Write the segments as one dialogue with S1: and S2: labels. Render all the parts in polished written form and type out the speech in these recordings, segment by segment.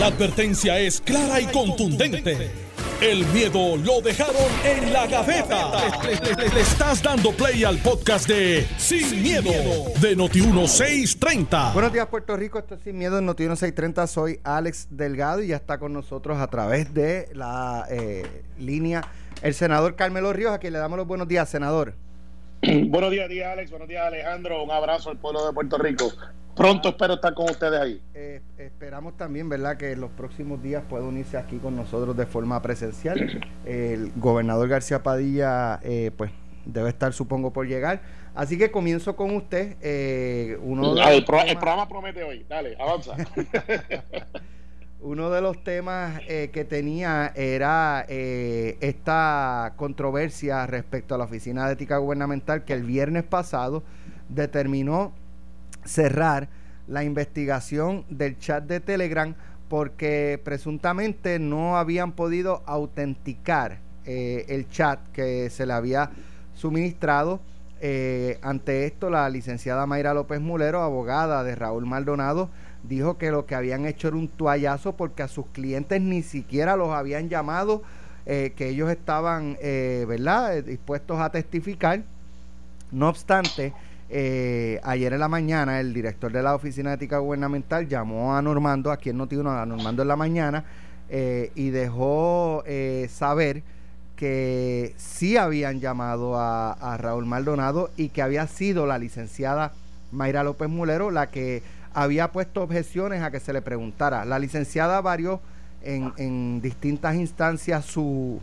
S1: La advertencia es clara y contundente. El miedo lo dejaron en la gaveta. Le estás dando play al podcast de Sin Miedo de Noti1630.
S2: Buenos días, Puerto Rico. Esto es Sin Miedo en Noti1630. Soy Alex Delgado y ya está con nosotros a través de la línea el senador Carmelo Ríos, a quien le damos los buenos días, senador.
S3: Buenos días, Alex. Buenos días, Alejandro. Un abrazo al pueblo de Puerto Rico. Pronto espero estar con ustedes ahí.
S2: Esperamos también, ¿verdad?, que en los próximos días pueda unirse aquí con nosotros de forma presencial. El gobernador García Padilla, pues, debe estar, supongo, por llegar. Así que comienzo con usted.
S3: El programa promete hoy. Dale, avanza.
S2: Uno de los temas que tenía era esta controversia respecto a la Oficina de Ética Gubernamental, que el viernes pasado determinó cerrar la investigación del chat de Telegram porque presuntamente no habían podido autenticar el chat que se le había suministrado. Ante esto, la licenciada Mayra López Mulero, abogada de Raúl Maldonado, dijo que lo que habían hecho era un toallazo porque a sus clientes ni siquiera los habían llamado, que ellos estaban ¿verdad?, dispuestos a testificar. No obstante, ayer en la mañana el director de la Oficina de Ética Gubernamental llamó a Normando, aquí en Noti1, a Normando en la mañana, y dejó saber que sí habían llamado a Raúl Maldonado y que había sido la licenciada Mayra López Mulero la que había puesto objeciones a que se le preguntara. La licenciada varió en distintas instancias su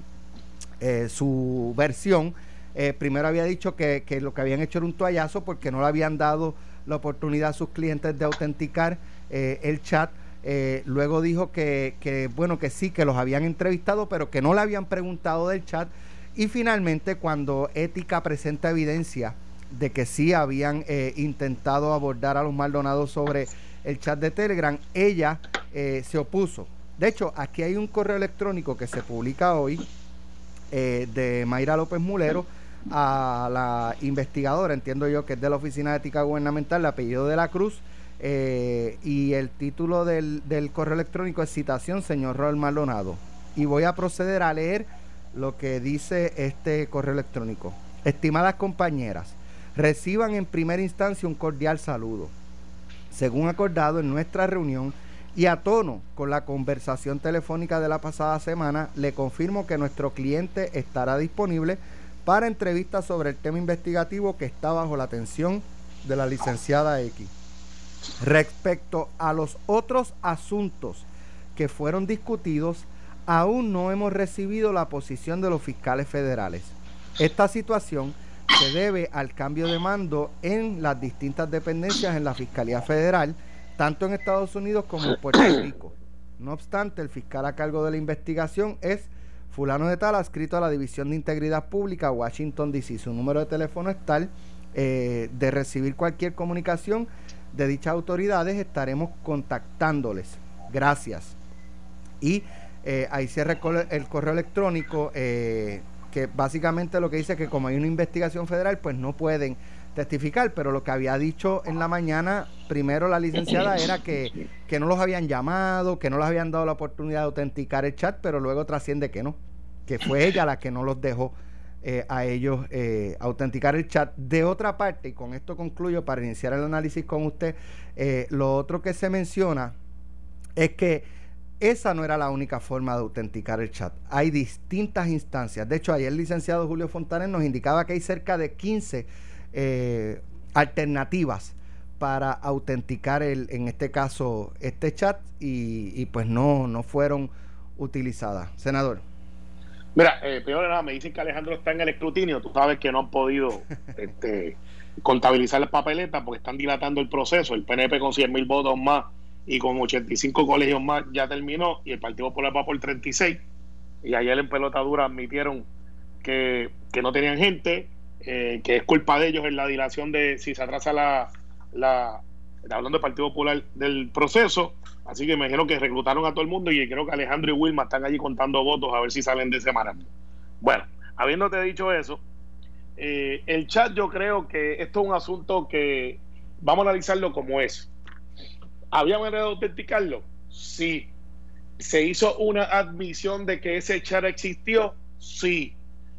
S2: versión. Primero había dicho que lo que habían hecho era un toallazo porque no le habían dado la oportunidad a sus clientes de autenticar el chat. Luego dijo que bueno, que sí, que los habían entrevistado, pero que no le habían preguntado del chat. Y finalmente, cuando Ética presenta evidencia de que sí habían intentado abordar a los Maldonados sobre el chat de Telegram, ella se opuso. De hecho, aquí hay un correo electrónico que se publica hoy de Mayra López Mulero a la investigadora, entiendo yo que es de la Oficina de Ética Gubernamental, el apellido de la Cruz, y el título del correo electrónico es citación señor Raúl Maldonado, y voy a proceder a leer lo que dice este correo electrónico. Estimadas compañeras, reciban en primera instancia un cordial saludo. Según acordado en nuestra reunión y a tono con la conversación telefónica de la pasada semana, le confirmo que nuestro cliente estará disponible para entrevistas sobre el tema investigativo que está bajo la atención de la licenciada X. Respecto a los otros asuntos que fueron discutidos, aún no hemos recibido la posición de los fiscales federales. Esta situación se debe al cambio de mando en las distintas dependencias en la Fiscalía Federal, tanto en Estados Unidos como en Puerto Rico. No obstante, el fiscal a cargo de la investigación es fulano de tal, adscrito a la División de Integridad Pública, Washington, D.C. Su número de teléfono es tal. De recibir cualquier comunicación de dichas autoridades, estaremos contactándoles. Gracias. Y ahí cierra el correo electrónico, que básicamente lo que dice es que como hay una investigación federal, pues no pueden testificar, pero lo que había dicho en la mañana, primero la licenciada, era que no los habían llamado, que no les habían dado la oportunidad de autenticar el chat, pero luego trasciende que no, que fue ella la que no los dejó a ellos autenticar el chat. De otra parte, y con esto concluyo para iniciar el análisis con usted, lo otro que se menciona es que esa no era la única forma de autenticar el chat. Hay distintas instancias. De hecho, ayer el licenciado Julio Fontanes nos indicaba que hay cerca de 15 alternativas para autenticar en este caso este chat y pues no fueron utilizadas. Senador.
S3: Mira, primero de nada, me dicen que Alejandro está en el escrutinio. Tú sabes que no han podido contabilizar las papeletas porque están dilatando el proceso. El PNP con 100,000 votos más y con 85 colegios más ya terminó, y el Partido Popular va por 36. Y ayer en pelota dura admitieron que no tenían gente, que es culpa de ellos en la dilación de si se atrasa hablando del Partido Popular, del proceso. Así que me dijeron que reclutaron a todo el mundo, y creo que Alejandro y Wilma están allí contando votos a ver si salen de ese marasmo. Bueno, habiéndote dicho eso, el chat, yo creo que esto es un asunto que vamos a analizarlo como es. ¿Había manera de autenticarlo? Sí. ¿Se hizo una admisión de que ese chat existió? Sí.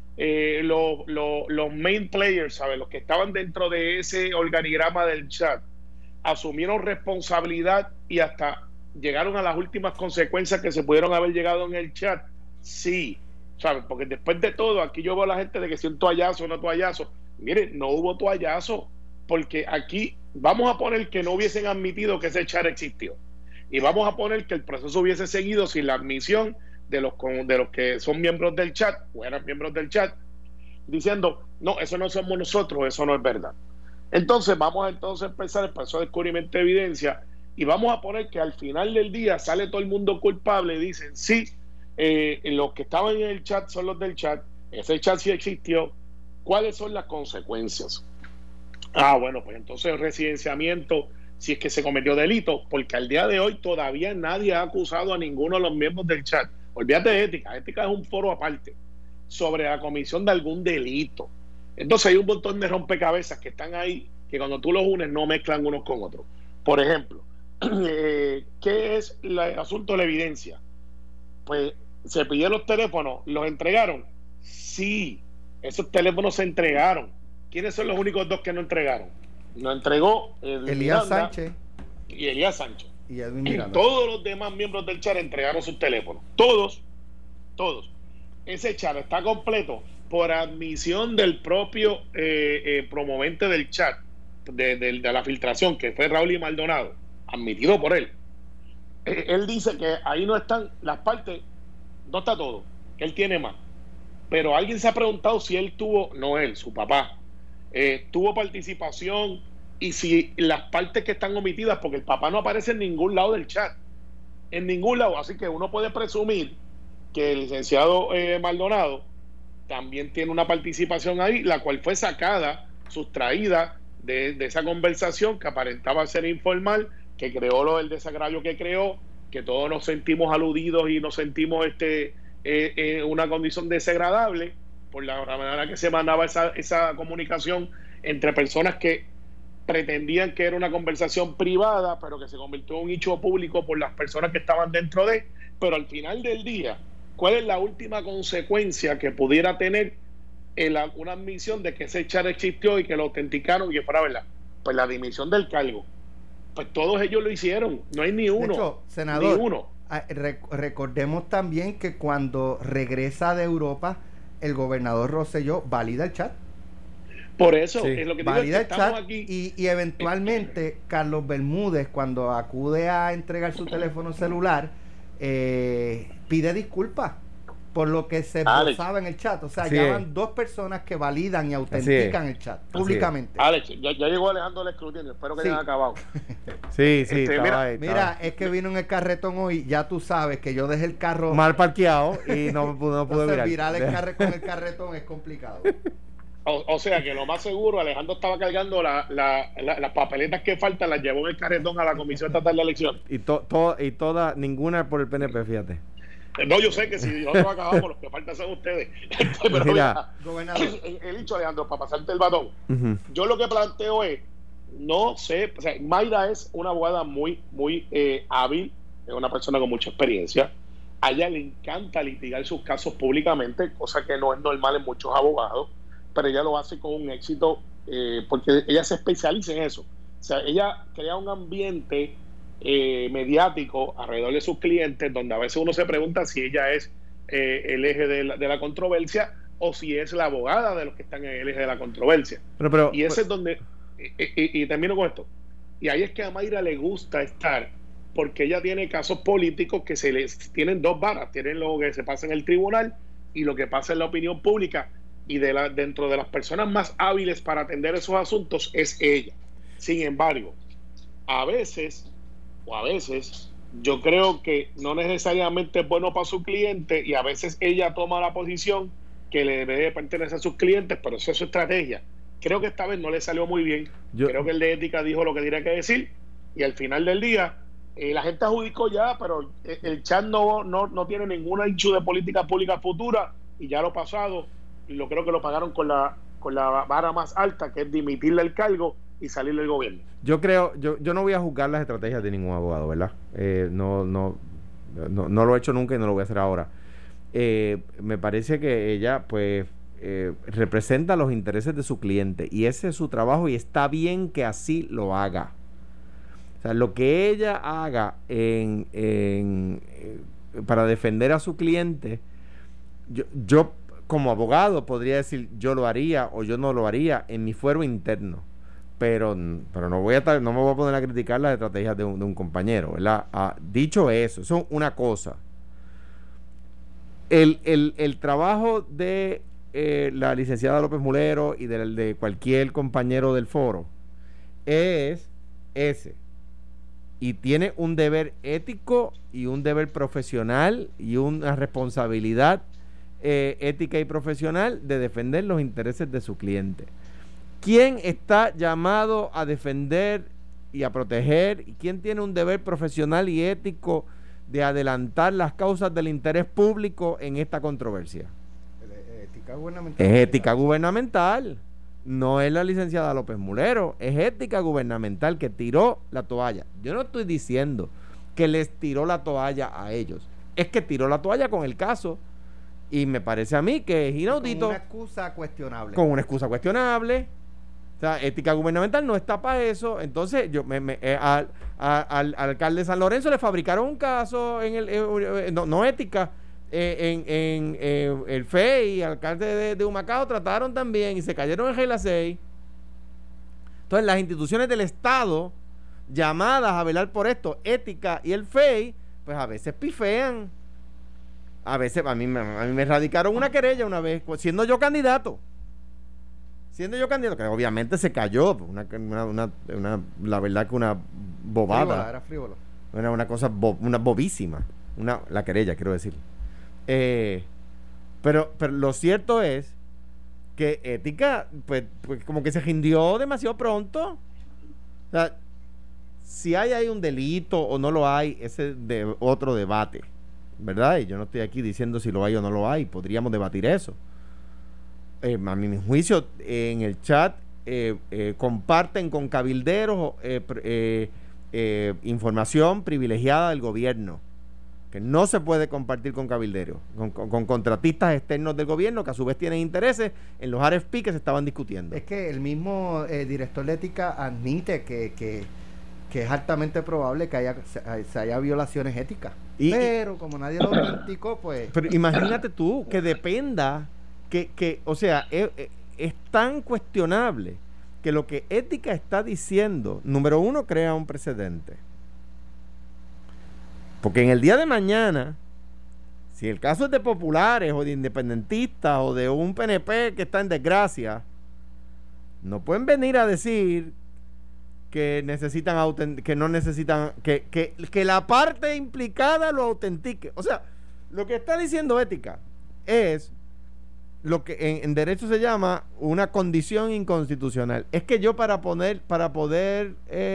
S3: Los main players, ¿sabes? Los que estaban dentro de ese organigrama del chat, asumieron responsabilidad y hasta llegaron a las últimas consecuencias que se pudieron haber llegado en el chat. Sí, ¿sabes? Porque después de todo, aquí yo veo a la gente de que si un toallazo o no toallazo. Miren, no hubo toallazo, porque aquí vamos a poner que no hubiesen admitido que ese chat existió. Y vamos a poner que el proceso hubiese seguido sin la admisión de los que son miembros del chat, o eran miembros del chat, diciendo, no, eso no somos nosotros, eso no es verdad. Entonces vamos a empezar el proceso de descubrimiento de evidencia y vamos a poner que al final del día sale todo el mundo culpable y dicen, sí, los que estaban en el chat son los del chat, ese chat sí existió, ¿cuáles son las consecuencias? Bueno, pues entonces el residenciamiento, si es que se cometió delito, porque al día de hoy todavía nadie ha acusado a ninguno de los miembros del chat. Olvídate de ética es un foro aparte sobre la comisión de algún delito. Entonces hay un montón de rompecabezas que están ahí, que cuando tú los unes no mezclan unos con otros. Por ejemplo, ¿qué es el asunto de la evidencia? Pues se pidieron los teléfonos, ¿los entregaron? Sí, esos teléfonos se entregaron. ¿Quiénes son los únicos dos que no entregaron? No entregó
S2: Elías Sánchez
S3: y Elías Sánchez.
S2: Y Edwin Miranda.
S3: Todos los demás miembros del chat entregaron sus teléfonos. Todos. Ese chat está completo por admisión del propio promovente del chat, de la filtración, que fue Raúl y Maldonado, admitido por él. Él dice que ahí no están las partes, no está todo, que él tiene más. Pero alguien se ha preguntado si él tuvo, no él, su papá, tuvo participación y si las partes que están omitidas, porque el papá no aparece en ningún lado del chat, en ningún lado, así que uno puede presumir que el licenciado Maldonado también tiene una participación ahí, la cual fue sacada, sustraída de esa conversación que aparentaba ser informal, que creó el desagravio que creó, que todos nos sentimos aludidos y nos sentimos una condición desagradable por la manera que se mandaba esa comunicación entre personas que pretendían que era una conversación privada, pero que se convirtió en un hecho público por las personas que estaban dentro de. Pero al final del día, ¿cuál es la última consecuencia que pudiera tener una admisión de que ese chat existió y que lo autenticaron y que fuera verdad? Pues la dimisión del cargo. Pues todos ellos lo hicieron, no hay ni uno.
S2: De hecho, senador,
S3: ni uno.
S2: Recordemos también que cuando regresa de Europa, el gobernador Rosselló valida el chat.
S3: Por eso es lo que digo,
S2: valida
S3: es que estamos
S2: el chat
S3: aquí.
S2: y eventualmente Carlos Bermúdez, cuando acude a entregar su teléfono celular, pide disculpas por lo que se posaba en el chat. O sea, ya van dos personas que validan y autentican el chat públicamente.
S3: Alex, ya llegó Alejandro del escrutinio, espero que hayan acabado.
S2: Mira, es que vino en el carretón hoy, ya tú sabes que yo dejé el carro
S4: mal parqueado y no pude
S2: virar con el carretón es complicado.
S3: O sea que lo más seguro, Alejandro estaba cargando las papeletas que faltan, las llevó en el carretón a la Comisión Estatal de Elecciones.
S4: Y todas, ninguna por el PNP, fíjate.
S3: No, yo sé que si nosotros acabamos, los que faltan son ustedes. Pero mira, gobernador, el dicho, Alejandro, para pasarte el batón, yo lo que planteo es, no sé, o sea, Mayra es una abogada muy hábil, es una persona con mucha experiencia. A ella le encanta litigar sus casos públicamente, cosa que no es normal en muchos abogados, pero ella lo hace con un éxito porque ella se especializa en eso. O sea, ella crea un ambiente mediático alrededor de sus clientes, donde a veces uno se pregunta si ella es el eje de la controversia o si es la abogada de los que están en el eje de la controversia. Y ese es donde y termino con esto, y ahí es que a Mayra le gusta estar, porque ella tiene casos políticos que tienen dos varas, tienen lo que se pasa en el tribunal y lo que pasa en la opinión pública, y dentro de las personas más hábiles para atender esos asuntos es ella. Sin embargo, a veces yo creo que no necesariamente es bueno para su cliente, y a veces ella toma la posición que le debe pertenecer a sus clientes, pero eso es su estrategia. Creo que esta vez no le salió muy bien. Creo que el de ética dijo lo que tenía que decir, y al final del día la gente adjudicó ya, pero el chat no tiene ningún hecho de política pública futura, y ya lo pasado, y creo que lo pagaron con la vara más alta, que es dimitirle el cargo y salir del gobierno.
S4: Yo no voy a juzgar las estrategias de ningún abogado, ¿verdad? No no lo he hecho nunca y no lo voy a hacer ahora. Me parece que ella pues representa los intereses de su cliente y ese es su trabajo y está bien que así lo haga. O sea, lo que ella haga para defender a su cliente, yo como abogado podría decir yo lo haría o yo no lo haría en mi fuero interno, pero no me voy a poner a criticar las estrategias de un compañero, ¿verdad? Dicho eso es una cosa. El trabajo de la licenciada López Mulero y de cualquier compañero del foro es ese, y tiene un deber ético y un deber profesional y una responsabilidad ética y profesional de defender los intereses de su cliente. ¿Quién está llamado a defender y a proteger? ¿Y quién tiene un deber profesional y ético de adelantar las causas del interés público en esta controversia?
S2: Ética gubernamental.
S4: Es ética gubernamental. No es la licenciada López Mulero, es ética gubernamental que tiró la toalla. Yo no estoy diciendo que les tiró la toalla a ellos, es que tiró la toalla con el caso y me parece a mí que es inaudito.
S2: Con una excusa cuestionable.
S4: Con una excusa cuestionable. O sea, ética gubernamental no está para eso. Entonces, al alcalde de San Lorenzo le fabricaron un caso no ética. El FEI, alcalde de Humacao, trataron también y se cayeron en regla 6. Entonces, las instituciones del Estado llamadas a velar por esto, ética y el FEI, pues a veces pifean. A veces, a mí me radicaron una querella una vez, siendo yo candidato, que obviamente se cayó, la verdad que una bobada.
S2: Era frívolo.
S4: Era una cosa, una bobísima, la querella, quiero decir. Pero lo cierto es que ética, pues como que se rindió demasiado pronto. O sea, si hay ahí un delito o no lo hay, ese de otro debate, ¿verdad? Y yo no estoy aquí diciendo si lo hay o no lo hay, podríamos debatir eso. A mi juicio, en el chat comparten con cabilderos información privilegiada del gobierno, que no se puede compartir con cabilderos, con contratistas externos del gobierno, que a su vez tienen intereses en los RFP que se estaban discutiendo.
S2: Es que el mismo director de ética admite que es altamente probable que se haya violaciones éticas. Pero como nadie lo autenticó, pues...
S4: Pero imagínate tú, que dependa, o sea, es tan cuestionable que lo que ética está diciendo, número uno, crea un precedente. Porque en el día de mañana, si el caso es de populares o de independentistas o de un PNP que está en desgracia, no pueden venir a decir que que la parte implicada lo autentique. O sea, lo que está diciendo ética es lo que en derecho se llama una condición inconstitucional. Es que yo para poder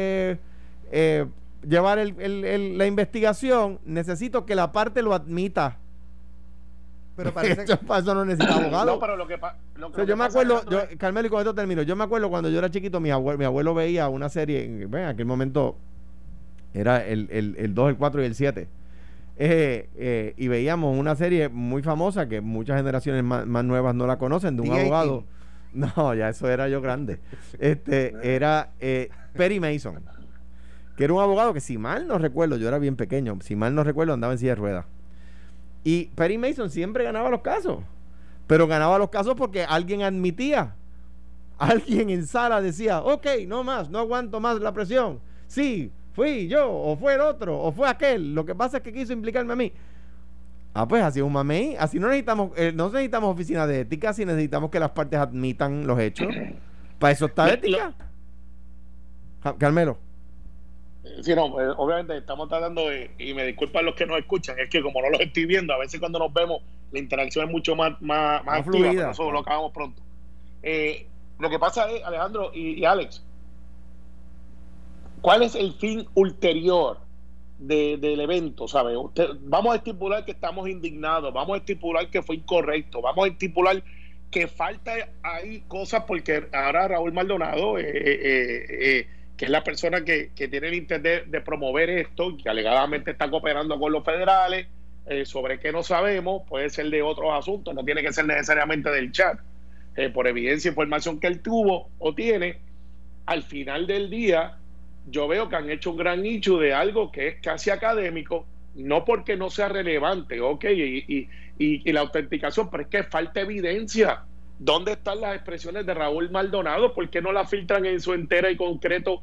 S4: llevar la investigación necesito que la parte lo admita.
S2: Pero parece que
S4: para eso no necesita abogado.
S3: No, pero
S4: yo me acuerdo, Carmelo, y con esto termino. Yo me acuerdo cuando yo era chiquito, mi abuelo veía una serie, en aquel momento era el 2, el 4 y el 7. Y veíamos una serie muy famosa que muchas generaciones más nuevas no la conocen, de un abogado. No, ya eso era yo grande. Era Perry Mason, que era un abogado que, si mal no recuerdo, yo era bien pequeño, si mal no recuerdo, andaba en silla de ruedas. Y Perry Mason siempre ganaba los casos, pero ganaba los casos porque alguien admitía, alguien en sala decía, ok, no más, no aguanto más la presión, sí, fui yo, o fue el otro, o fue aquel, lo que pasa es que quiso implicarme a mí. Pues así es un mamey, así no necesitamos oficina de ética, si necesitamos que las partes admitan los hechos. Para eso está ética. Carmelo.
S3: Sí, no, obviamente estamos tratando de, y me disculpan los que nos escuchan, es que como no los estoy viendo, a veces cuando nos vemos la interacción es mucho más activa,
S4: fluida,
S3: pero eso lo acabamos pronto. Lo que pasa es, Alejandro y Alex, ¿cuál es el fin ulterior del evento? ¿Sabe? Vamos a estipular que estamos indignados, vamos a estipular que fue incorrecto, vamos a estipular que falta ahí cosas, porque ahora Raúl Maldonado que es la persona que tiene el interés de promover esto, que alegadamente está cooperando con los federales, sobre qué no sabemos, puede ser de otros asuntos, no tiene que ser necesariamente del chat, por evidencia, información que él tuvo o tiene. Al final del día, yo veo que han hecho un gran nicho de algo que es casi académico, no porque no sea relevante, y la autenticación, pero es que falta evidencia. ¿Dónde están las expresiones de Raúl Maldonado? ¿Por qué no las filtran en su entera y concreto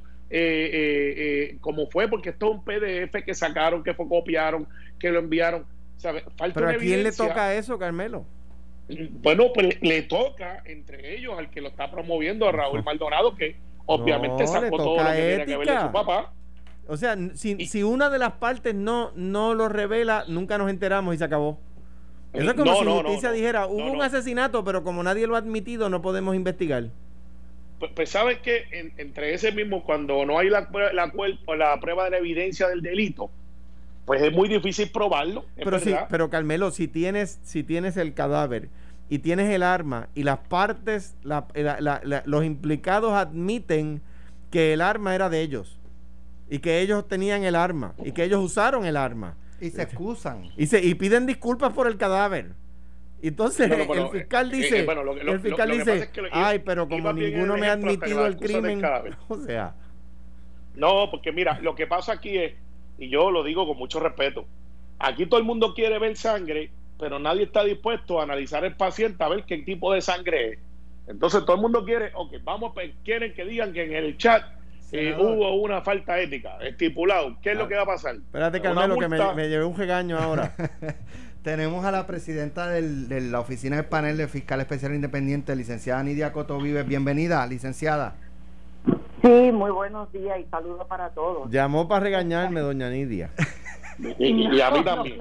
S3: como fue? Porque esto es un PDF que sacaron, que copiaron, que lo enviaron. Falta
S4: ¿Pero a quién
S3: evidencia.
S4: le toca eso, Carmelo?
S3: Bueno, pues le toca entre ellos al que lo está promoviendo, a Raúl Maldonado, que obviamente sacó todo lo que tiene que ver de su papá.
S4: O sea, si una de las partes no lo revela, nunca nos enteramos y se acabó. Eso es como si justicia dijera, hubo un asesinato, pero como nadie lo ha admitido, no podemos investigar.
S3: Pues sabes que entre ese mismo, cuando no hay la prueba de la evidencia del delito, pues es muy difícil probarlo.
S4: Pero Carmelo, si tienes el cadáver y tienes el arma y las partes, los implicados admiten que el arma era de ellos y que ellos tenían el arma y que ellos usaron el arma.
S2: Y se excusan.
S4: Y piden disculpas por el cadáver. Entonces el fiscal dice, ay, pero como ninguno me ha admitido el crimen, o sea.
S3: No, porque mira, lo que pasa aquí es, y yo lo digo con mucho respeto, aquí todo el mundo quiere ver sangre, pero nadie está dispuesto a analizar el paciente a ver qué tipo de sangre es. Entonces todo el mundo quiere, quieren que digan que en el chat hubo una falta ética, estipulado. ¿Qué es lo que va a pasar?
S4: Espérate, Carmelo, que me llevé un regaño ahora.
S2: Tenemos a la presidenta de la oficina del panel de fiscal especial independiente, licenciada Nidia Coto Vives. Bienvenida, licenciada.
S5: Sí, muy buenos días y saludos para todos.
S4: Llamó para regañarme, doña Nidia.
S3: Y a mí también.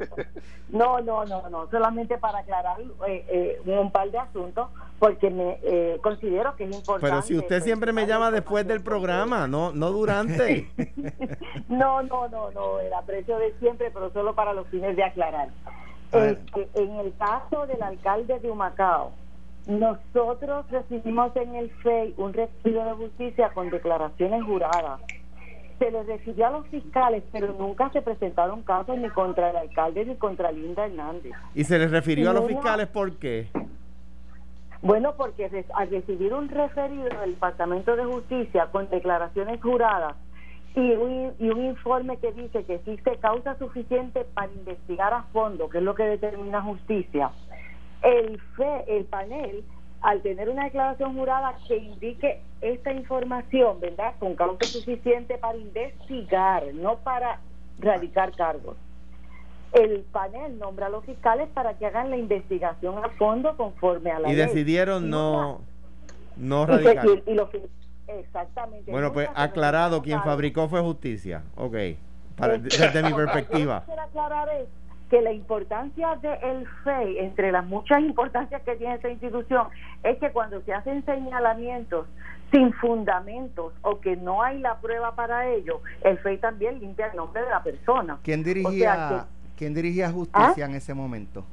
S5: No, solamente para aclarar un par de asuntos, porque me considero que es importante.
S4: Pero si usted siempre me llama después del programa, no durante.
S5: No, el aprecio de siempre, pero solo para los fines de aclarar. En el caso del alcalde de Humacao, nosotros recibimos en el FEI un referido de justicia con declaraciones juradas. Se les refirió a los fiscales, pero nunca se presentaron casos ni contra el alcalde ni contra Linda Hernández.
S4: ¿Y se les refirió a los fiscales por qué?
S5: Bueno, porque al recibir un referido del Departamento de Justicia con declaraciones juradas y un informe que dice que existe causa suficiente para investigar a fondo, que es lo que determina justicia, el panel, al tener una declaración jurada que indique esta información, ¿verdad?, con causa suficiente para investigar, no para radicar cargos, el panel nombra a los fiscales para que hagan la investigación a fondo conforme a la ley.
S4: Y decidieron no radicar.
S5: Exactamente.
S4: Bueno, pues aclarado, quien fabricó fue justicia. Ok, desde mi perspectiva.
S5: Lo que quiero aclarar es que la importancia del FEI, entre las muchas importancias que tiene esta institución, es que cuando se hacen señalamientos sin fundamentos o que no hay la prueba para ello, el FEI también limpia el nombre de la persona.
S2: ¿Quién dirigía justicia en ese momento?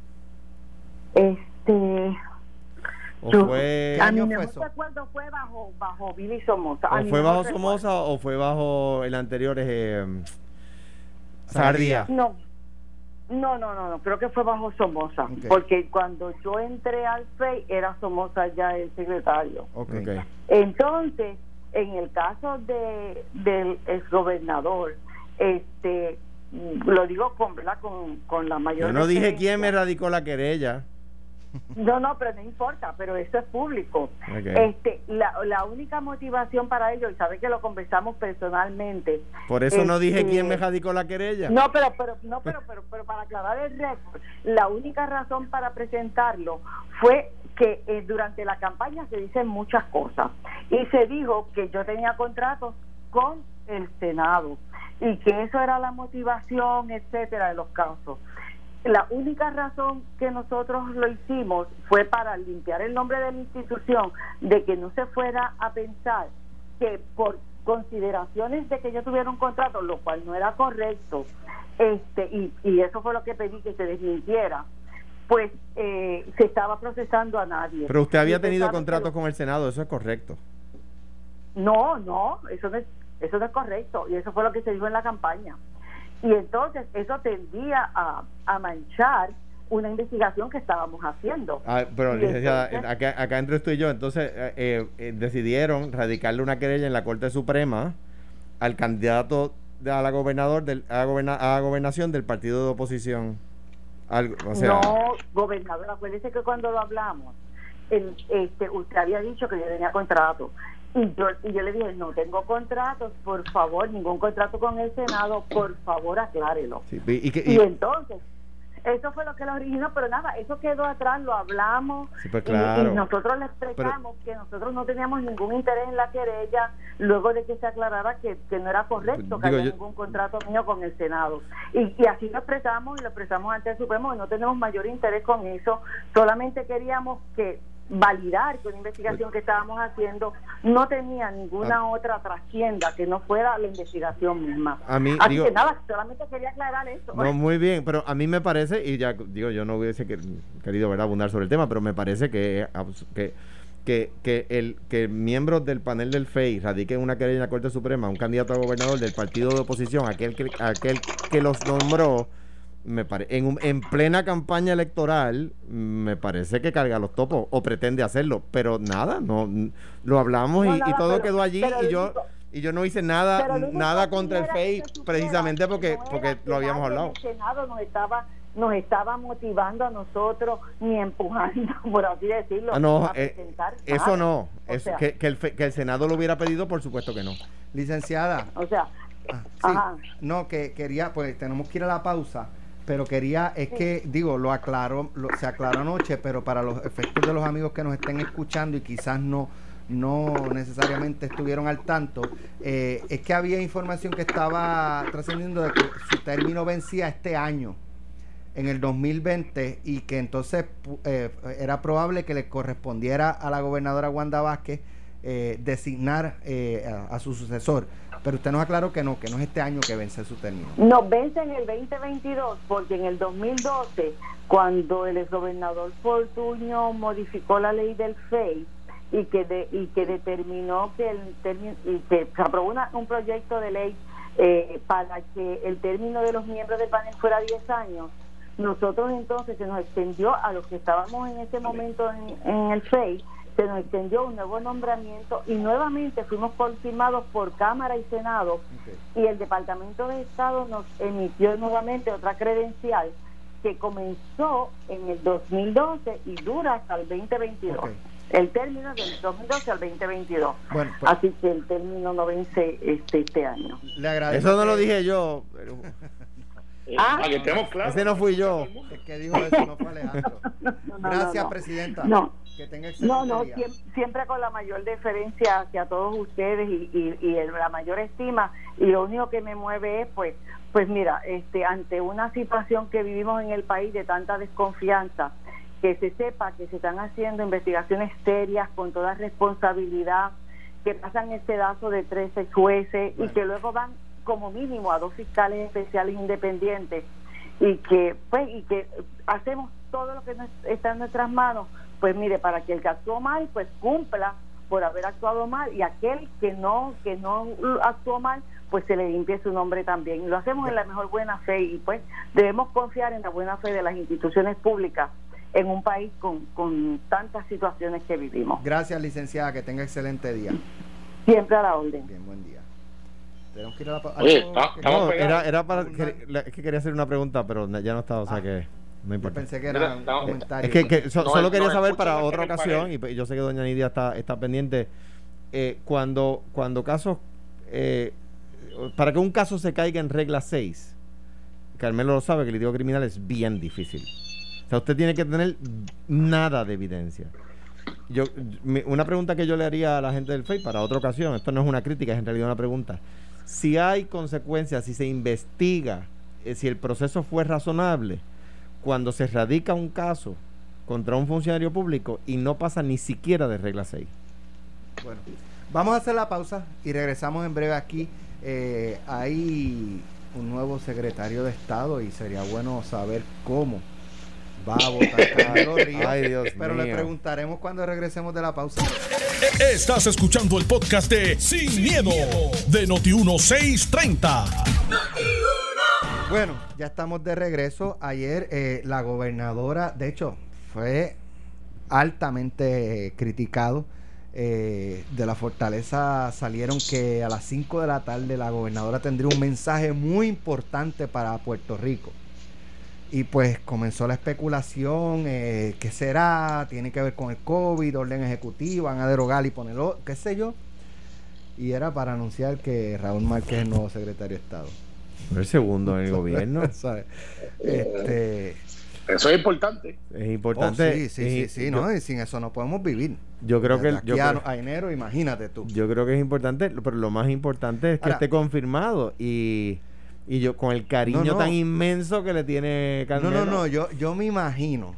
S5: A mí no recuerdo, fue bajo Billy Somoza.
S4: ¿O fue bajo Somoza o fue bajo el anterior Sardía?
S5: No, creo que fue bajo Somoza, porque cuando yo entré al FEI era Somoza ya el secretario.
S2: Okay.
S5: Entonces, en el caso del exgobernador, lo digo con la mayor.
S4: Yo no dije quién me radicó la querella.
S5: No, pero no importa, pero eso es público. La única motivación para ello, y sabe que lo conversamos personalmente.
S4: Por eso no dije quién me radicó la querella.
S5: No, pero para aclarar el récord, la única razón para presentarlo fue que durante la campaña se dicen muchas cosas y se dijo que yo tenía contratos con el Senado y que eso era la motivación, etcétera, de los casos. La única razón que nosotros lo hicimos fue para limpiar el nombre de la institución, de que no se fuera a pensar que por consideraciones de que yo tuviera un contrato, lo cual no era correcto, y eso fue lo que pedí que se desmintiera, pues se estaba procesando a nadie.
S4: Pero usted había tenido contratos con el Senado, eso es correcto.
S5: No, eso no es correcto, y eso fue lo que se dijo en la campaña. Y entonces eso tendía a manchar una investigación que estábamos haciendo.
S4: Pero
S5: Y
S4: licenciada,
S5: entonces,
S4: acá entre tú y yo, entonces decidieron radicarle una querella en la Corte Suprema al candidato a la gobernación del partido de oposición.
S5: no, gobernador, acuérdese que cuando lo hablamos, usted había dicho que yo tenía contrato. Y yo le dije, no tengo contratos, por favor, ningún contrato con el Senado, por favor, aclárelo.
S4: Sí,
S5: y entonces, eso fue lo que lo originó, pero nada, eso quedó atrás, lo hablamos,
S4: sí, pues claro.
S5: y nosotros le expresamos que nosotros no teníamos ningún interés en la querella, luego de que se aclarara que no era correcto que había ningún contrato mío con el Senado. Y así lo expresamos, y lo expresamos ante el Supremo, y no tenemos mayor interés con eso, solamente queríamos que validar que una investigación que estábamos haciendo no tenía ninguna otra trastienda que no fuera la investigación misma.
S4: Así
S5: que nada, solamente quería aclarar eso.
S4: No, muy bien, pero a mí me parece, y ya digo, yo no hubiese querido, ¿verdad?, abundar sobre el tema, pero me parece que miembros del panel del FEI radiquen una querella en la Corte Suprema, un candidato a gobernador del partido de oposición, aquel que los nombró, en plena campaña electoral, me parece que carga los topos o pretende hacerlo, pero nada, no lo hablamos y todo quedó allí, y yo no hice nada contra el FEI, precisamente porque lo habíamos hablado.
S5: El Senado nos estaba motivando a nosotros ni empujando, por así decirlo, a presentar
S4: eso no,
S5: que
S4: el Senado lo hubiera pedido, por supuesto que no.
S2: Licenciada,
S5: sí,
S2: no, que quería, pues tenemos que ir a la pausa, pero quería, se aclaró anoche, pero para los efectos de los amigos que nos estén escuchando y quizás no necesariamente estuvieron al tanto, es que había información que estaba trascendiendo de que su término vencía este año, en el 2020, y que entonces era probable que le correspondiera a la gobernadora Wanda Vázquez designar a su sucesor. Pero usted nos aclaró que no es este año que vence su término.
S5: No, vence en el 2022, porque en el 2012, cuando el exgobernador Fortuño modificó la ley del FEI y que determinó que se aprobó un proyecto de ley para que el término de los miembros del panel fuera 10 años, nosotros entonces se nos extendió a los que estábamos en ese momento en el FEI, se nos extendió un nuevo nombramiento y nuevamente fuimos confirmados por Cámara y Senado, y el Departamento de Estado nos emitió nuevamente otra credencial que comenzó en el 2012 y dura hasta el 2022. El término del 2012 al 2022.
S2: Bueno, pues,
S5: así que el término no vence este año.
S2: Le agradezco.
S4: Eso no lo dije yo, pero...
S3: para que estemos claros.
S4: Ese no fui yo.
S2: El que dijo eso no fue Alejandro. Gracias, presidenta. Que tenga excelente día.
S5: Siempre con la mayor deferencia hacia todos ustedes y la mayor estima, y lo único que me mueve es pues mira, ante una situación que vivimos en el país de tanta desconfianza, que se sepa que se están haciendo investigaciones serias con toda responsabilidad, que pasan el pedazo de 13 jueces y que luego van como mínimo a 2 fiscales especiales independientes, y que hacemos todo lo que está en nuestras manos, pues mire, para que el que actuó mal pues cumpla por haber actuado mal, y aquel que no actuó mal pues se le limpie su nombre también. Y lo hacemos en la mejor buena fe, y pues debemos confiar en la buena fe de las instituciones públicas en un país con tantas situaciones que vivimos.
S2: Gracias, licenciada, que tenga excelente día.
S5: Siempre a la orden.
S2: Bien, buen día. Tenemos que ir a la pausa.
S3: Oye, estamos
S4: era para es que quería hacer una pregunta, pero ya no estaba, o sea que no importa.
S2: Yo pensé que era un comentario.
S4: Es que solo quería saber para otra ocasión, y yo sé que doña Nidia está pendiente, cuando casos, para que un caso se caiga en regla 6, Carmelo lo sabe, que el litigio criminal es bien difícil. O sea, usted tiene que tener nada de evidencia. Una pregunta que yo le haría a la gente del FEI para otra ocasión, esto no es una crítica, es en realidad una pregunta: si hay consecuencias, si se investiga, si el proceso fue razonable, cuando se radica un caso contra un funcionario público y no pasa ni siquiera de regla 6.
S2: Bueno, vamos a hacer la pausa y regresamos en breve aquí. Hay un nuevo secretario de Estado y sería bueno saber cómo va a votar Carlos Ríos.
S4: Ay, Dios
S2: pero
S4: mío.
S2: le preguntaremos cuando regresemos de la pausa.
S1: Estás escuchando el podcast de Sin Miedo de Noti1630.
S2: Bueno, ya estamos de regreso. Ayer la gobernadora, de hecho, fue altamente criticado. De la Fortaleza salieron que a las 5 de la tarde la gobernadora tendría un mensaje muy importante para Puerto Rico. Y pues comenzó la especulación, ¿qué será? Tiene que ver con el COVID, orden ejecutiva, van a derogar y ponerlo, qué sé yo. Y era para anunciar que Raúl Márquez es el nuevo secretario de Estado.
S4: El segundo en el gobierno.
S3: Eso es importante.
S4: Es importante.
S2: Sí, ¿no? Y sin eso no podemos vivir.
S4: Yo creo que
S2: a enero, imagínate tú.
S4: Yo creo que es importante, pero lo más importante es que esté confirmado y yo con el cariño tan inmenso que le tiene Carmelo.
S2: Yo me imagino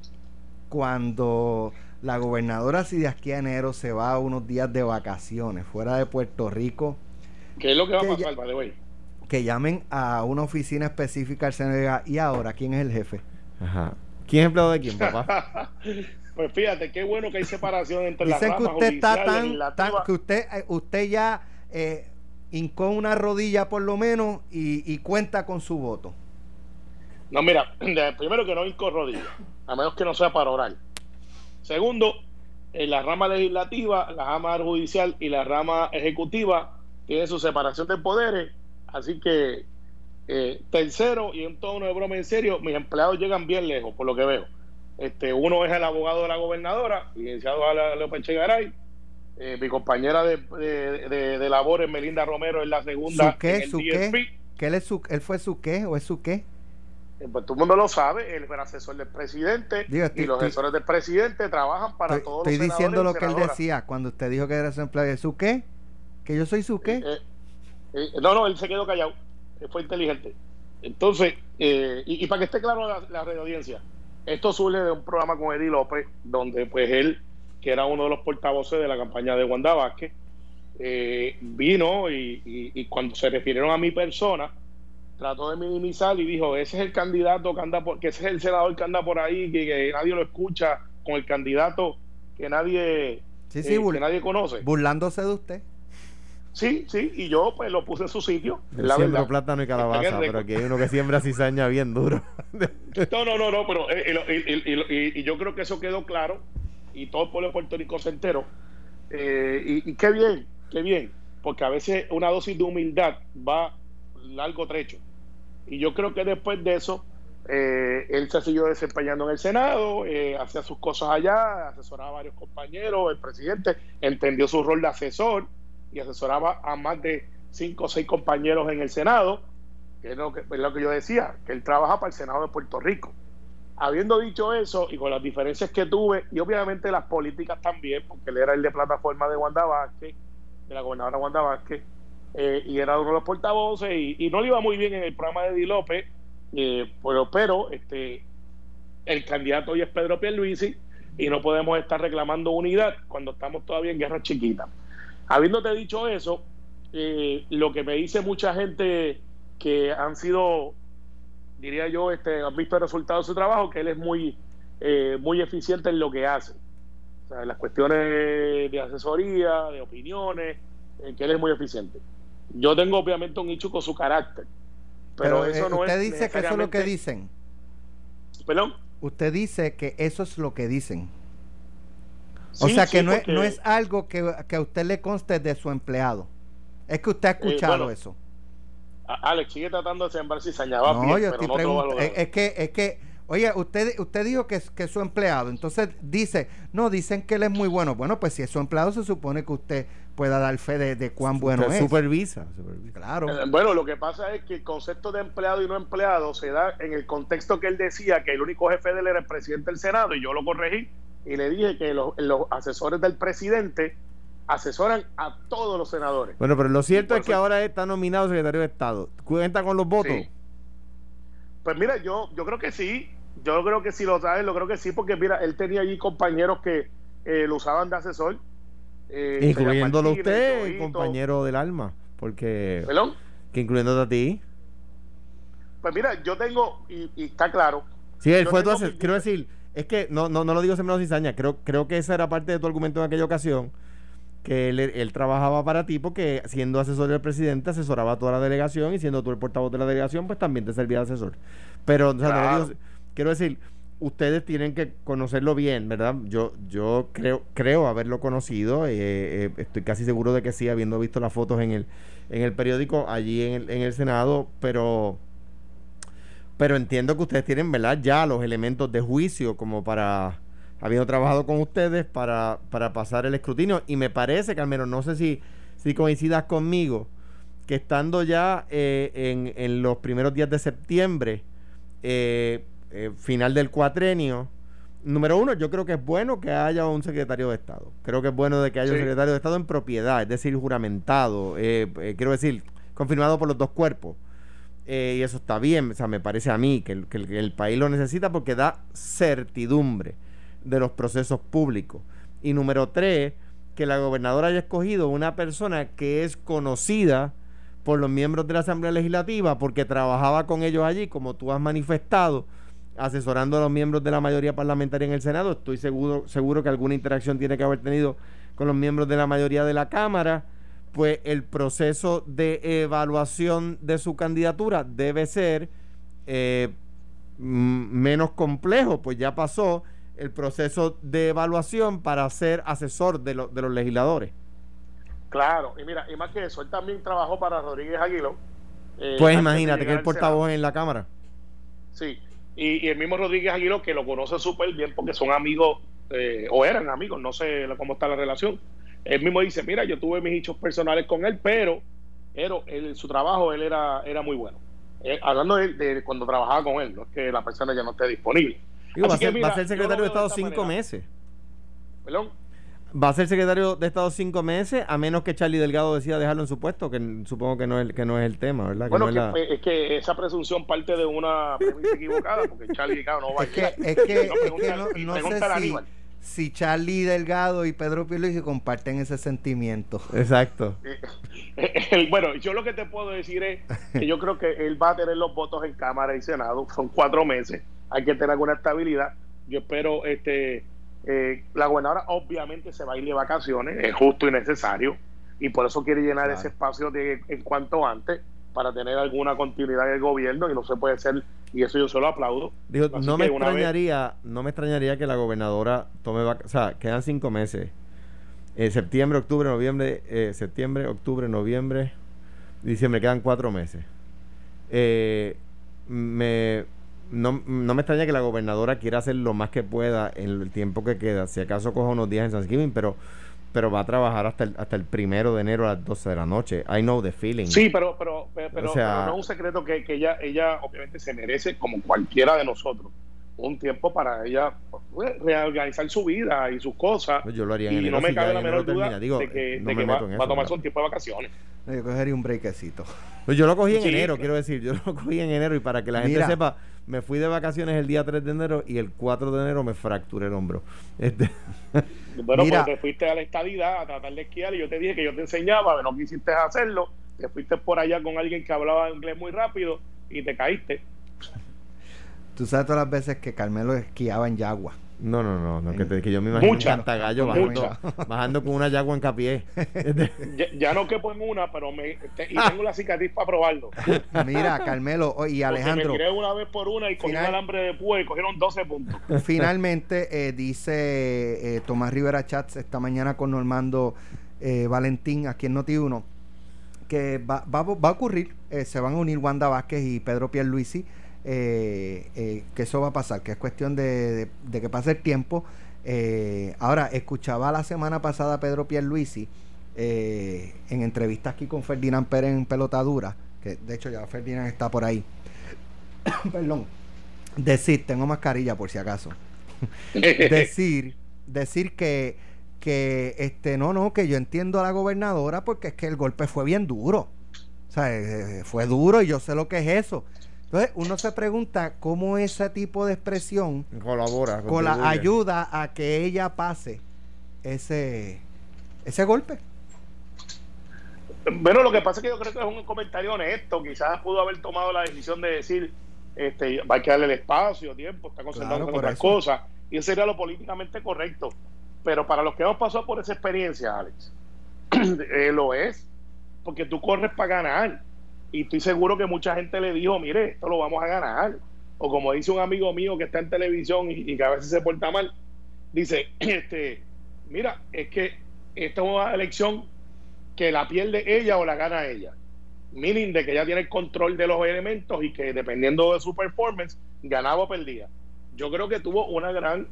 S2: cuando la gobernadora, si de aquí a enero se va a unos días de vacaciones fuera de Puerto Rico,
S3: ¿qué es lo que va a pasar, by the way?
S2: Que llamen a una oficina específica al Senado y diga, ¿y ahora quién es el jefe?
S4: Ajá. ¿Quién es empleado de quién, papá?
S3: Pues fíjate, qué bueno que hay separación entre
S2: las ramas judicial y legislativa. Dicen que usted está que usted ya hincó una rodilla por lo menos y cuenta con su voto.
S3: No, mira, primero que no hinco rodilla, a menos que no sea para orar. Segundo, en la rama legislativa, la rama judicial y la rama ejecutiva tienen su separación de poderes, así que tercero, y en tono de broma en serio, mis empleados llegan bien lejos, por lo que veo. Uno es el abogado de la gobernadora, licenciado López Chegaray. Mi compañera de labores, Melinda Romero, es la segunda.
S2: ¿Su qué? ¿Su qué? ¿Él fue su qué o es su qué?
S3: Pues todo el mundo lo sabe, él fue el asesor del presidente. Y los asesores del presidente trabajan para todos los senadores.
S2: Estoy diciendo lo que él decía cuando usted dijo que era su empleado. ¿Su qué? ¿Que yo soy su qué?
S3: No, él se quedó callado. Fue inteligente. Entonces, y para que esté claro la radio audiencia, esto surge de un programa con Eddie López, donde pues él, que era uno de los portavoces de la campaña de Wanda Vázquez, vino y cuando se refirieron a mi persona, trató de minimizar y dijo, ese es el candidato que anda que ese es el senador que anda por ahí, que nadie lo escucha, con el candidato que nadie que nadie conoce.
S2: Burlándose de usted.
S3: Sí, y yo pues lo puse en su sitio.
S4: Yo siembro plátano y calabaza, pero aquí hay uno que siembra cizaña bien duro.
S3: No, pero y yo creo que eso quedó claro y todo el pueblo de Puerto Rico se enteró. Y qué bien, porque a veces una dosis de humildad va largo trecho. Y yo creo que después de eso, él se siguió desempeñando en el Senado, hacía sus cosas allá, asesoraba a varios compañeros, el presidente entendió su rol de asesor y asesoraba a más de 5 o 6 compañeros en el Senado, que es lo que yo decía, que él trabaja para el Senado de Puerto Rico. Habiendo dicho eso, y con las diferencias que tuve, y obviamente las políticas también, porque él era el de plataforma de Wanda Vázquez, de la gobernadora Wanda Vázquez, y era uno de los portavoces, y no le iba muy bien en el programa de Eddie López, pero el candidato hoy es Pedro Pierluisi, y no podemos estar reclamando unidad cuando estamos todavía en guerra chiquita. Habiéndote dicho eso, lo que me dice mucha gente que han sido, diría yo, han visto el resultado de su trabajo, que él es muy eficiente en lo que hace. O sea, en las cuestiones de asesoría, de opiniones, que él es muy eficiente. Yo tengo obviamente un nicho con su carácter, pero eso no
S2: usted
S3: es.
S2: Usted dice que eso es lo que dicen.
S3: ¿Perdón?
S2: Usted dice que eso es lo que dicen.
S3: Sí,
S2: o sea que
S3: porque
S2: no es algo que a usted le conste de su empleado. Es que usted ha escuchado eso.
S3: Alex, sigue tratando de sembrar cizaña. Va
S2: No,
S3: bien,
S2: yo
S3: pero
S2: estoy
S3: no te lo va a lograr.
S2: es que oye, usted dijo que es su empleado. Entonces dicen que él es muy bueno. Bueno, pues si es su empleado se supone que usted pueda dar fe de cuán bueno es.
S4: Supervisa.
S2: Claro.
S3: Bueno, lo que pasa es que el concepto de empleado y no empleado se da en el contexto que él decía que el único jefe de él era el presidente del Senado, y yo lo corregí y le dije que los asesores del presidente asesoran a todos los senadores.
S4: Bueno, pero lo cierto es que ahora está nominado secretario de Estado. ¿Cuenta con los votos?
S3: Sí. Pues mira, yo creo que sí. Yo creo que si lo sabes, lo creo que sí, porque mira, él tenía allí compañeros que lo usaban de asesor.
S4: Incluyéndolo usted, compañero del alma. Porque...
S3: ¿Perdón?
S4: Que incluyéndote a ti.
S3: Pues mira, yo tengo, y está claro.
S4: Sí, él fue tu asesor. Quiero decir, es que no lo digo sembrando cizaña. Creo que esa era parte de tu argumento en aquella ocasión. que él trabajaba para ti porque siendo asesor del presidente asesoraba a toda la delegación y siendo tú el portavoz de la delegación pues también te servía de asesor. Pero o sea,
S3: claro.
S4: no digo, quiero decir, ustedes tienen que conocerlo bien, ¿verdad? Yo creo haberlo conocido, estoy casi seguro de que sí, habiendo visto las fotos en el periódico allí en el Senado, pero entiendo que ustedes tienen, ¿verdad?, ya los elementos de juicio como para, habiendo trabajado con ustedes, para pasar el escrutinio. Y me parece, Carmelo, no sé si coincidas conmigo, que estando ya en los primeros días de septiembre, final del cuatrenio, número uno, yo creo que es bueno que haya un secretario de Estado. Creo que es bueno de que haya un secretario de Estado en propiedad, es decir, juramentado, quiero decir, confirmado por los dos cuerpos. Y eso está bien, o sea, me parece a mí que el país lo necesita porque da certidumbre de los procesos públicos. Y número tres, que la gobernadora haya escogido una persona que es conocida por los miembros de la Asamblea Legislativa porque trabajaba con ellos allí, como tú has manifestado, asesorando a los miembros de la mayoría parlamentaria en el Senado. Estoy seguro que alguna interacción tiene que haber tenido con los miembros de la mayoría de la Cámara. Pues el proceso de evaluación de su candidatura debe ser menos complejo, pues ya pasó el proceso de evaluación para ser asesor de los legisladores.
S3: Claro, y mira, y más que eso, él también trabajó para Rodríguez Aguiló.
S4: Pues imagínate que el portavoz en la Cámara.
S3: Sí, y el mismo Rodríguez Aguiló, que lo conoce súper bien porque son amigos, o eran amigos, no sé cómo está la relación. Él mismo dice, mira, yo tuve mis hechos personales con él, pero su trabajo él era muy bueno. Hablando de cuando trabajaba con él, no es que la persona ya no esté disponible.
S4: Digo, va a ser secretario de Estado 5 meses.
S3: ¿Perdón?
S4: Va a ser secretario de Estado 5 meses, a menos que Charlie Delgado decida dejarlo en su puesto, que supongo que no es el tema, ¿verdad?
S3: Bueno,
S4: que no
S3: es que esa presunción parte de una premisa equivocada, porque Charlie Delgado no va a ir.
S2: No sé si Charlie Delgado y Pedro Pierluisi comparten ese sentimiento.
S4: Exacto.
S3: Bueno, yo lo que te puedo decir es que yo creo que él va a tener los votos en Cámara y Senado. Son 4 meses. Hay que tener alguna estabilidad. Yo espero, la gobernadora obviamente se va a ir de vacaciones, es justo y necesario, y por eso quiere llenar ese espacio en cuanto antes, para tener alguna continuidad en el gobierno, y no se puede hacer, y eso yo se lo aplaudo.
S4: Digo, no me extrañaría que la gobernadora tome vacaciones. O sea, quedan 5 meses. Septiembre, octubre, noviembre, diciembre, quedan 4 meses. No me extraña que la gobernadora quiera hacer lo más que pueda en el tiempo que queda, si acaso coja unos días en Thanksgiving, pero va a trabajar hasta el 1 de enero a las 12 de la noche. I know the feeling.
S3: Sí, pero o sea, no es un secreto que ella obviamente se merece, como cualquiera de nosotros, un tiempo para ella reorganizar su vida y sus cosas.
S4: Pues yo lo haría en
S3: y
S4: enero,
S3: no me
S4: si
S3: cabe
S4: ya
S3: la menor duda
S4: digo,
S3: de que
S4: va
S3: a tomarse un tiempo de vacaciones.
S2: Yo cogería un breakcito.
S4: Pues yo lo cogí en enero, quiero decir, yo lo cogí en enero, y para que la gente sepa, me fui de vacaciones el día 3 de enero y el 4 de enero me fracturé el hombro.
S3: Bueno, pues te fuiste a la estadidad a tratar de esquiar, y yo te dije que yo te enseñaba, no quisiste hacerlo, te fuiste por allá con alguien que hablaba inglés muy rápido y te caíste.
S2: Tú sabes todas las veces que Carmelo esquiaba en yagua.
S4: No, que yo me imagino un cantagallo bajando con una yagua en capié.
S3: ya no quepo en una, pero y tengo la cicatriz para probarlo.
S2: Mira, Carmelo y Alejandro,
S3: me tiré una vez por una y cogí un alambre de púa y cogieron 12 puntos.
S2: Finalmente dice Tomás Rivera Chats esta mañana con Normando Valentín aquí en Noti1 que va a ocurrir, se van a unir Wanda Vázquez y Pedro Pierluisi, que eso va a pasar, que es cuestión de que pase el tiempo. Ahora, escuchaba la semana pasada a Pedro Pierluisi en entrevistas aquí con Ferdinand Pérez en Pelotadura, que de hecho ya Ferdinand está por ahí. Perdón. Tengo mascarilla por si acaso. decir que que yo entiendo a la gobernadora porque es que el golpe fue bien duro. O sea, fue duro y yo sé lo que es eso. Entonces uno se pregunta cómo ese tipo de expresión
S4: colabora
S2: con la ayuda a que ella pase ese golpe.
S3: Bueno, lo que pasa es que yo creo que es un comentario honesto. Quizás pudo haber tomado la decisión de decir hay que darle el espacio, tiempo, está concentrado en otras cosas, y eso sería lo políticamente correcto. Pero para los que hemos pasado por esa experiencia, Alex, Lo es, porque tú corres para ganar. Y estoy seguro que mucha gente le dijo, mire, esto lo vamos a ganar. O como dice un amigo mío que está en televisión y que a veces se porta mal, dice, mira, es que esta es una elección que la pierde ella o la gana ella. Meaning de que ella tiene el control de los elementos y que dependiendo de su performance, ganaba o perdía. Yo creo que tuvo una gran,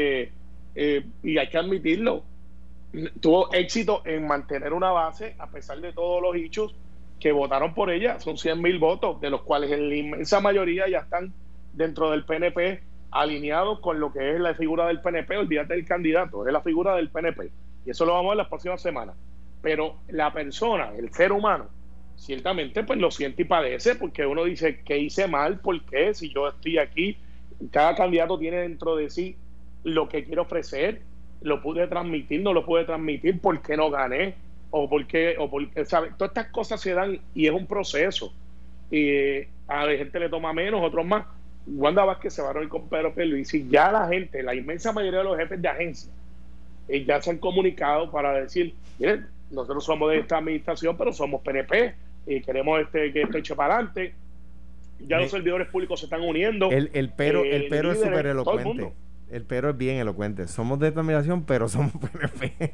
S3: y hay que admitirlo, tuvo éxito en mantener una base a pesar de todos los issues que votaron por ella. Son 100,000 votos, de los cuales en la inmensa mayoría ya están dentro del PNP, alineados con lo que es la figura del PNP. Olvídate del candidato, es la figura del PNP, y eso lo vamos a ver las próximas semanas. Pero la persona, el ser humano, ciertamente pues lo siente y padece, porque uno dice, ¿qué hice mal? ¿Por qué? Si yo estoy aquí, cada candidato tiene dentro de sí lo que quiere ofrecer, lo pude transmitir, no lo pude transmitir, ¿por qué no gané? O por qué, ¿sabes? Todas estas cosas se dan y es un proceso, y a la gente le toma menos, otros más. Wanda Vázquez se va a reunir con Pedro Pierluisi, ya la gente, la inmensa mayoría de los jefes de agencia ya se han comunicado para decir, miren, nosotros somos de esta administración, pero somos PNP y queremos que esto eche para adelante. Ya los servidores públicos se están uniendo.
S4: El pero es súper elocuente. El pero es bien elocuente. Somos de esta administración, pero somos PNP.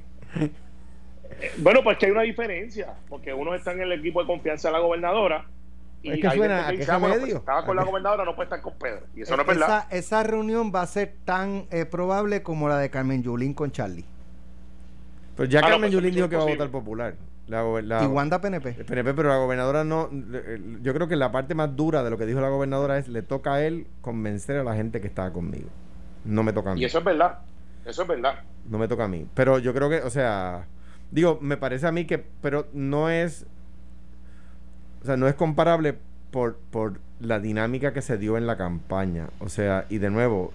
S3: Bueno, pues que hay una diferencia, porque unos están en el equipo de confianza de la gobernadora. Y
S4: es que suena a que
S3: pues, estaba con la gobernadora, no puede estar con Pedro. Y eso no es verdad.
S2: Esa reunión va a ser tan probable como la de Carmen Yulín con Charlie.
S4: Pero ya Carmen Yulín dijo que va a votar popular.
S2: Y Wanda PNP.
S4: PNP, pero la gobernadora no. Yo creo que la parte más dura de lo que dijo la gobernadora es: le toca a él convencer a la gente que estaba conmigo. No me toca a mí.
S3: Y eso es verdad. Eso es verdad.
S4: No me toca a mí. Pero yo creo que, o sea, digo, me parece a mí que, pero no es. O sea, no es comparable por la dinámica que se dio en la campaña. O sea, y de nuevo,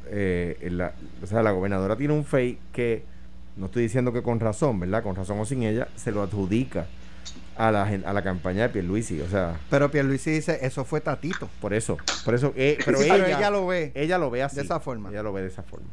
S4: la gobernadora tiene un fake que. No estoy diciendo que con razón, ¿verdad? Con razón o sin ella, se lo adjudica a la campaña de Pierluisi, o sea.
S2: Pero Pierluisi dice, eso fue Tatito.
S4: Por eso, pero
S2: sí, ella lo ve.
S4: Ella lo ve así.
S2: De esa forma.
S4: Ella lo ve de esa forma.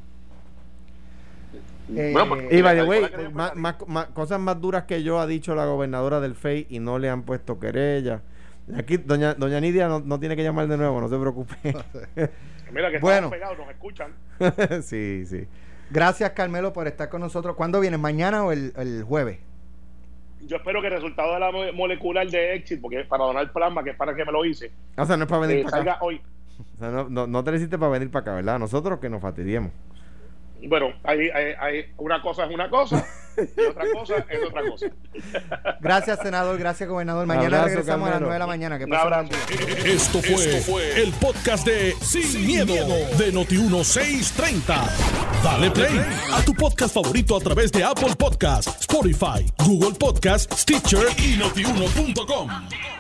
S3: Y
S4: by the way, cosas más duras que yo ha dicho la gobernadora del FEI y no le han puesto querella. Aquí doña Nidia no tiene que llamar de nuevo, no se preocupe.
S3: Mira que estamos pegados, nos escuchan.
S4: Sí.
S2: Gracias, Carmelo, por estar con nosotros. ¿Cuándo vienes? ¿Mañana o el jueves?
S3: Yo espero que el resultado de la molecular de Exit, porque es para donar plasma, que es para que me lo hice.
S4: O sea, no es para venir para acá.
S3: Hoy.
S4: O sea, no te lo hiciste para venir para acá, ¿verdad? Nosotros que nos fastidiemos.
S3: Bueno, hay una cosa es una cosa y otra cosa es otra cosa.
S2: Gracias, senador. Gracias, gobernador. Mañana
S4: abrazo,
S2: regresamos
S4: Carmelo.
S2: a las 9 de la mañana.
S3: Un abrazo.
S1: Esto fue el podcast de Sin miedo de Noti1630. Dale play a tu podcast favorito a través de Apple Podcasts, Spotify, Google Podcasts, Stitcher y Notiuno.com.